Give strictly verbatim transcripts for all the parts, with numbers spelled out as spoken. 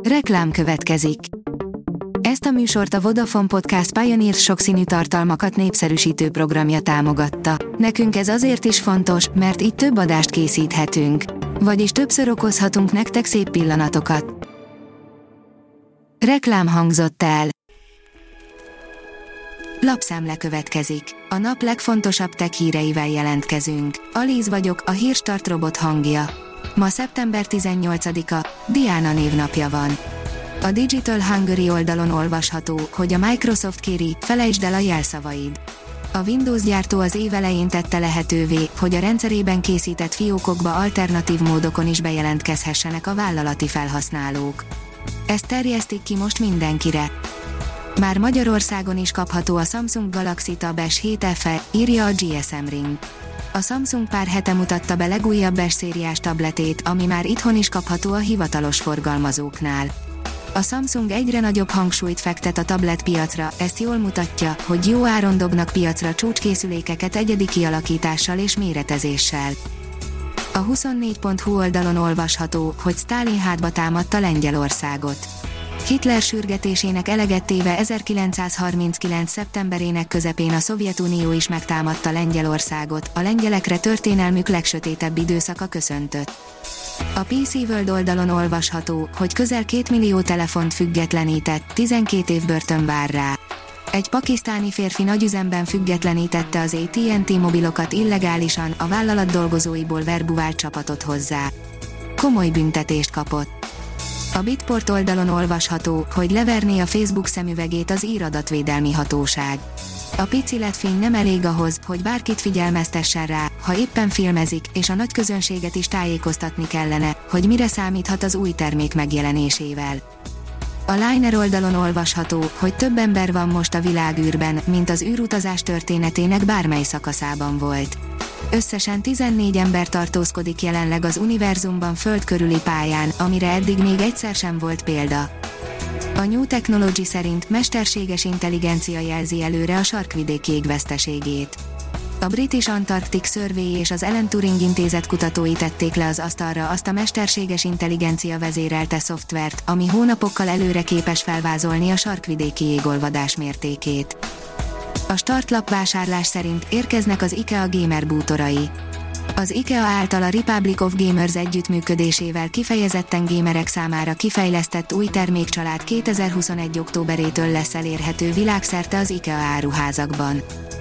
Reklám következik. Ezt a műsort a Vodafone Podcast Pioneer sokszínű tartalmakat népszerűsítő programja támogatta. Nekünk ez azért is fontos, mert így több adást készíthetünk. Vagyis többször okozhatunk nektek szép pillanatokat. Reklám hangzott el. Lapszemle következik. A nap legfontosabb tech híreivel jelentkezünk. Alíz vagyok, a Hírstart robot hangja. Ma szeptember tizennyolcadika, Diana névnapja van. A Digital Hungary oldalon olvasható, hogy a Microsoft kéri, felejtsd el a jelszavaid. A Windows gyártó az év elején tette lehetővé, hogy a rendszerében készített fiókokba alternatív módokon is bejelentkezhessenek a vállalati felhasználók. Ezt terjesztik ki most mindenkire. Már Magyarországon is kapható a Samsung Galaxy Tab es hét ef e, írja a gé es em Ring. A Samsung pár hete mutatta be legújabb S-szériás tabletét, ami már itthon is kapható a hivatalos forgalmazóknál. A Samsung egyre nagyobb hangsúlyt fektet a tablet piacra, ezt jól mutatja, hogy jó áron dobnak piacra csúcskészülékeket egyedi kialakítással és méretezéssel. A huszonnégy pont hu oldalon olvasható, hogy Sztálin hátba támadta Lengyelországot. Hitler sürgetésének eleget téve ezerkilencszázharminckilenc. szeptemberének közepén a Szovjetunió is megtámadta Lengyelországot, a lengyelekre történelmük legsötétebb időszaka köszöntött. A pé cé World oldalon olvasható, hogy közel két millió telefont függetlenített, tizenkét év börtön vár rá. Egy pakisztáni férfi nagyüzemben függetlenítette az á té és té mobilokat illegálisan, a vállalat dolgozóiból verbuvált csapatot hozzá. Komoly büntetést kapott. A Bitport oldalon olvasható, hogy leverné a Facebook szemüvegét az ír adatvédelmi hatóság. A pixeletfény nem elég ahhoz, hogy bárkit figyelmeztessen rá, ha éppen filmezik, és a nagy közönséget is tájékoztatni kellene, hogy mire számíthat az új termék megjelenésével. A Liner oldalon olvasható, hogy több ember van most a világűrben, mint az űrutazás történetének bármely szakaszában volt. Összesen tizennégy ember tartózkodik jelenleg az univerzumban föld körüli pályán, amire eddig még egyszer sem volt példa. A New Technology szerint mesterséges intelligencia jelzi előre a sarkvidék jégveszteségét. A British Antarctic Survey és az Alan Turing Intézet kutatói tették le az asztalra azt a mesterséges intelligencia vezérelte szoftvert, ami hónapokkal előre képes felvázolni a sarkvidéki jégolvadás mértékét. A startlap vásárlás szerint érkeznek az IKEA gamer bútorai. Az IKEA által a Republic of Gamers együttműködésével kifejezetten gamerek számára kifejlesztett új termékcsalád kétezer-huszonegy. októberétől lesz elérhető világszerte az IKEA áruházakban.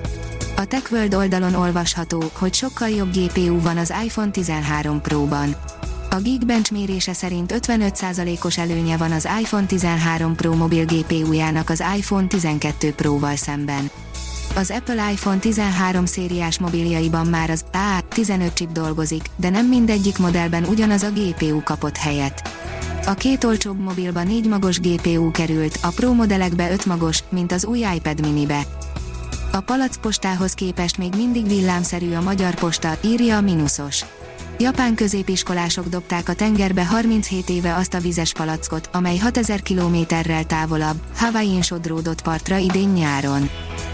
A TechWorld oldalon olvasható, hogy sokkal jobb gé pé u van az iPhone tizenhárom Pro-ban. A Geekbench mérése szerint ötvenöt százalékos előnye van az iPhone tizenhárom Pro mobil gé pé u-jának az iPhone tizenkettő Pro-val szemben. Az Apple iPhone tizenhárom szériás mobiljaiban már az á tizenöt chip dolgozik, de nem mindegyik modellben ugyanaz a gé pé u kapott helyet. A két olcsóbb mobilba négy magos gé pé u került, a Pro modellekbe öt magos, mint az új iPad minibe. A Palacpostához képest még mindig villámszerű a Magyar Posta, írja a Minusos. Japán középiskolások dobták a tengerbe harminchét éve azt a vizes palackot, amely hatezer kilométerrel távolabb, Hawaii-n sodródott partra idén nyáron.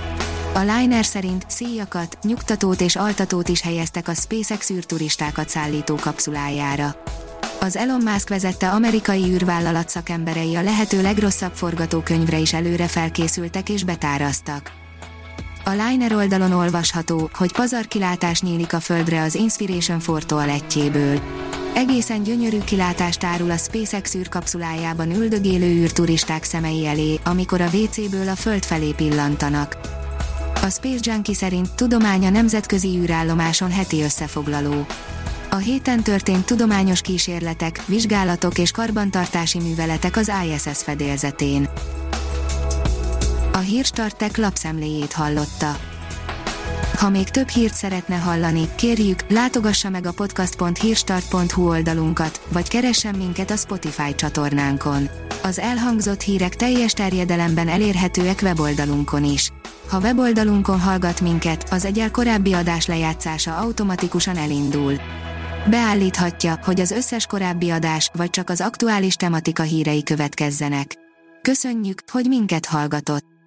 A Liner szerint szíjakat, nyugtatót és altatót is helyeztek a SpaceX űrturistákat szállító kapszulájára. Az Elon Musk vezette amerikai űrvállalat szakemberei a lehető legrosszabb forgatókönyvre is előre felkészültek és betáraztak. A Liner oldalon olvasható, hogy pazarkilátás nyílik a Földre az Inspiration négy toalettjéből. Egészen gyönyörű kilátást árul a SpaceX űrkapszulájában üldögélő űrturisták szemei elé, amikor a vécéből a Föld felé pillantanak. A Space Junkie szerint tudomány a nemzetközi űrállomáson heti összefoglaló. A héten történt tudományos kísérletek, vizsgálatok és karbantartási műveletek az i es es fedélzetén. A Hírstart Tech lapszemléjét hallotta. Ha még több hírt szeretne hallani, kérjük, látogassa meg a podcast pont hírstart pont hu oldalunkat, vagy keressen minket a Spotify csatornánkon. Az elhangzott hírek teljes terjedelemben elérhetőek weboldalunkon is. Ha weboldalunkon hallgat minket, az egyel korábbi adás lejátszása automatikusan elindul. Beállíthatja, hogy az összes korábbi adás, vagy csak az aktuális tematika hírei következzenek. Köszönjük, hogy minket hallgatott!